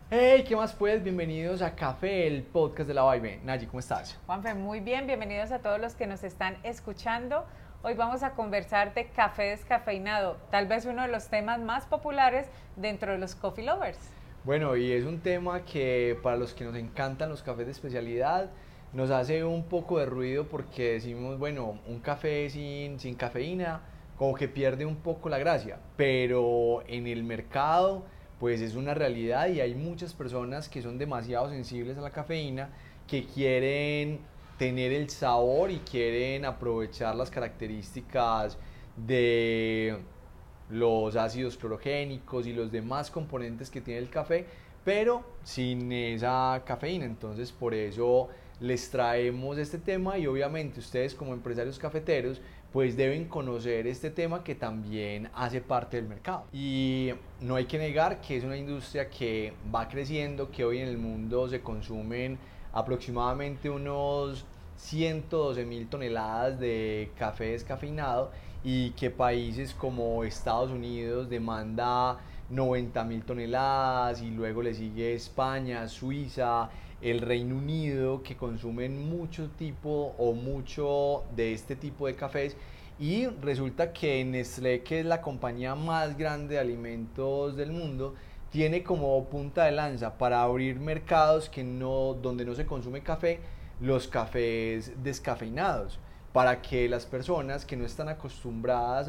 Hey, ¿qué más pues? Bienvenidos a Café, el podcast de la Vibe. Nayi, ¿cómo estás? Juanfe, muy bien, bienvenidos a todos los que nos están escuchando. Hoy vamos a conversar de café descafeinado, tal vez uno de los temas más populares dentro de los coffee lovers. Bueno, y es un tema que para los que nos encantan los cafés de especialidad nos hace un poco de ruido porque decimos, bueno, un café sin cafeína como que pierde un poco la gracia, pero en el mercado pues es una realidad y hay muchas personas que son demasiado sensibles a la cafeína que quieren tener el sabor y quieren aprovechar las características de los ácidos clorogénicos y los demás componentes que tiene el café, pero sin esa cafeína. Entonces, por eso les traemos este tema y obviamente ustedes como empresarios cafeteros pues deben conocer este tema que también hace parte del mercado. Y no hay que negar que es una industria que va creciendo, que hoy en el mundo se consumen aproximadamente unos 112.000 toneladas de café descafeinado y que países como Estados Unidos demanda 90.000 toneladas y luego le sigue España, Suiza, el Reino Unido que consumen mucho tipo o mucho de este tipo de cafés y resulta que Nestlé, que es la compañía más grande de alimentos del mundo, tiene como punta de lanza para abrir mercados que no, donde no se consume café, los cafés descafeinados, para que las personas que no están acostumbradas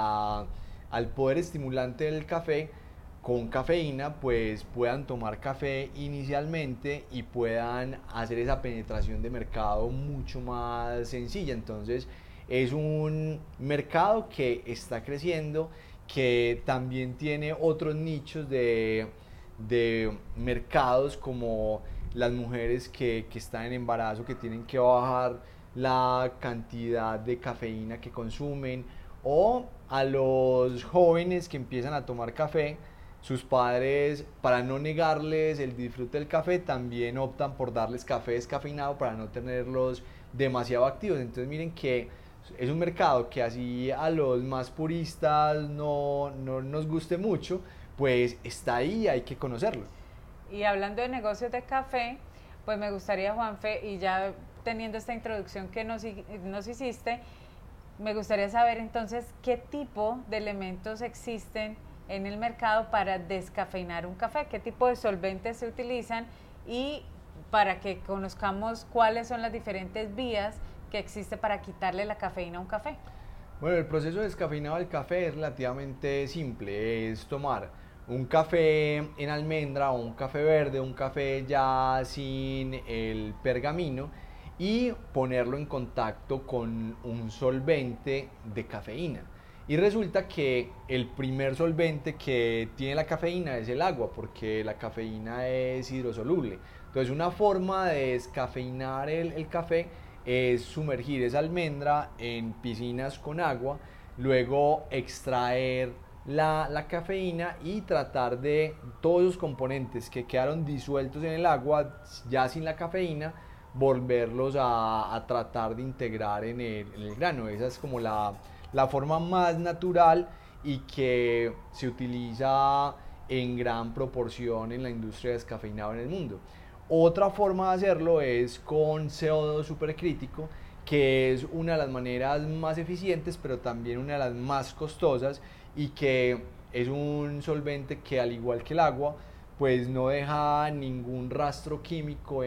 al poder estimulante del café con cafeína pues puedan tomar café inicialmente y puedan hacer esa penetración de mercado mucho más sencilla. Entonces es un mercado que está creciendo, que también tiene otros nichos de mercados como las mujeres que están en embarazo, que tienen que bajar la cantidad de cafeína que consumen, o a los jóvenes que empiezan a tomar café, sus padres, para no negarles el disfrute del café, también optan por darles café descafeinado para no tenerlos demasiado activos. Entonces miren que es un mercado que así a los más puristas no nos guste mucho, pues está ahí y hay que conocerlo. Y hablando de negocios de café, pues me gustaría, Juanfe, y ya teniendo esta introducción que nos hiciste, me gustaría saber entonces qué tipo de elementos existen en el mercado para descafeinar un café, qué tipo de solventes se utilizan y para que conozcamos cuáles son las diferentes vías que existe para quitarle la cafeína a un café. Bueno, el proceso de descafeinado del café es relativamente simple. Es tomar un café en almendra o un café verde, un café ya sin el pergamino y ponerlo en contacto con un solvente de cafeína. Y resulta que el primer solvente que tiene la cafeína es el agua, porque la cafeína es hidrosoluble. Entonces, una forma de descafeinar el café es sumergir esa almendra en piscinas con agua, luego extraer la cafeína y tratar de todos los componentes que quedaron disueltos en el agua, ya sin la cafeína, volverlos a tratar de integrar en el grano. Esa es como la forma más natural y que se utiliza en gran proporción en la industria de descafeinado en el mundo. Otra forma de hacerlo es con CO2 supercrítico, que es una de las maneras más eficientes, pero también una de las más costosas y que es un solvente que al igual que el agua, pues no deja ningún rastro químico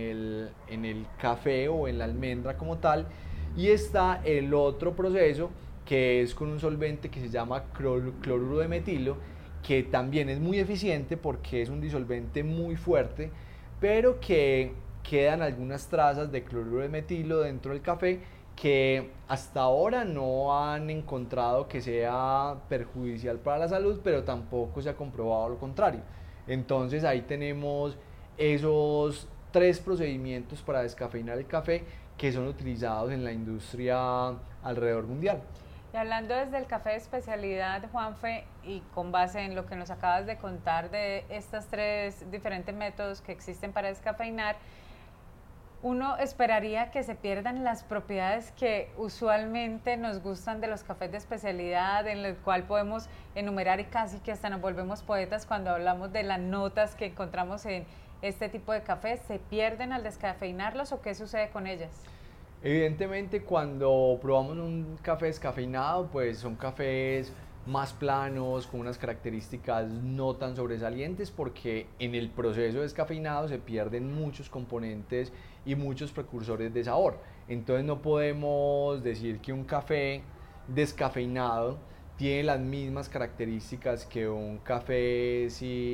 en el café o en la almendra como tal. Y está el otro proceso que es con un solvente que se llama cloruro de metilo, que también es muy eficiente porque es un disolvente muy fuerte, pero que quedan algunas trazas de cloruro de metilo dentro del café que hasta ahora no han encontrado que sea perjudicial para la salud, pero tampoco se ha comprobado lo contrario. Entonces ahí tenemos esos tres procedimientos para descafeinar el café que son utilizados en la industria alrededor mundial. Y hablando desde el café de especialidad, Juanfe, y con base en lo que nos acabas de contar de estos tres diferentes métodos que existen para descafeinar, uno esperaría que se pierdan las propiedades que usualmente nos gustan de los cafés de especialidad, en el cual podemos enumerar y casi que hasta nos volvemos poetas cuando hablamos de las notas que encontramos en este tipo de cafés. ¿Se pierden al descafeinarlos o qué sucede con ellas? Evidentemente, cuando probamos un café descafeinado, pues son cafés más planos, con unas características no tan sobresalientes, porque en el proceso descafeinado se pierden muchos componentes y muchos precursores de sabor. Entonces no podemos decir que un café descafeinado tiene las mismas características que un café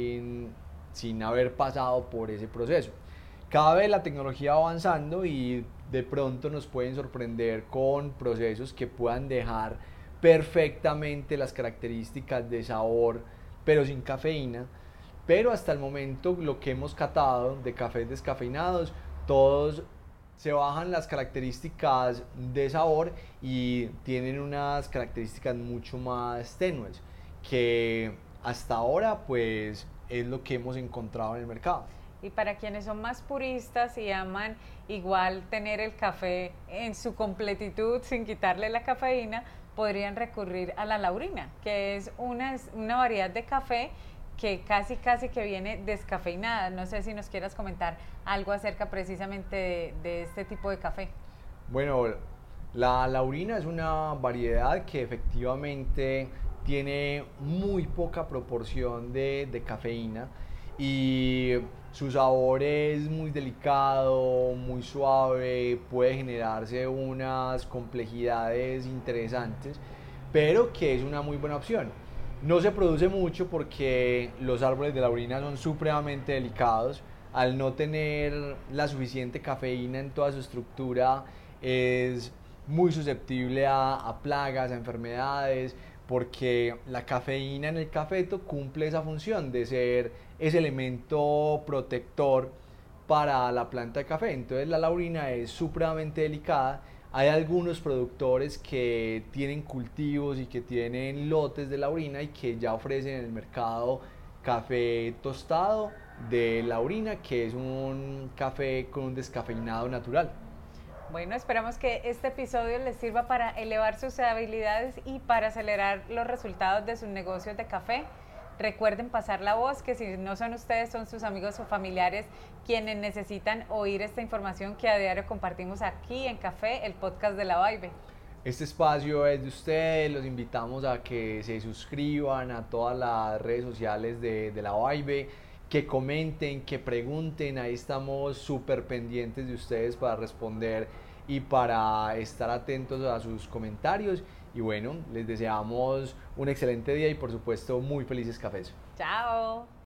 sin haber pasado por ese proceso. Cada vez la tecnología va avanzando y de pronto nos pueden sorprender con procesos que puedan dejar perfectamente las características de sabor, pero sin cafeína. Pero hasta el momento lo que hemos catado de cafés descafeinados, todos se bajan las características de sabor y tienen unas características mucho más tenues, que hasta ahora pues es lo que hemos encontrado en el mercado. Y para quienes son más puristas y aman igual tener el café en su completitud sin quitarle la cafeína, podrían recurrir a la laurina, que es una variedad de café que casi que viene descafeinada. No sé si nos quieras comentar algo acerca precisamente de este tipo de café. Bueno, la laurina es una variedad que efectivamente tiene muy poca proporción de cafeína y su sabor es muy delicado, muy suave, puede generarse unas complejidades interesantes, pero que es una muy buena opción. No se produce mucho porque los árboles de laurina son supremamente delicados. Al no tener la suficiente cafeína en toda su estructura, es muy susceptible a plagas, a enfermedades, porque la cafeína en el cafeto cumple esa función de ser ese elemento protector para la planta de café. Entonces la laurina es supremamente delicada. Hay algunos productores que tienen cultivos y que tienen lotes de laurina y que ya ofrecen en el mercado café tostado de laurina, que es un café con un descafeinado natural. Bueno, esperamos que este episodio les sirva para elevar sus habilidades y para acelerar los resultados de sus negocios de café. Recuerden pasar la voz, que si no son ustedes, son sus amigos o familiares quienes necesitan oír esta información que a diario compartimos aquí en Café, el podcast de La Vibe. Este espacio es de ustedes, los invitamos a que se suscriban a todas las redes sociales de La Vibe, que comenten, que pregunten, ahí estamos súper pendientes de ustedes para responder y para estar atentos a sus comentarios. Y bueno, les deseamos un excelente día y por supuesto muy felices cafés. Chao.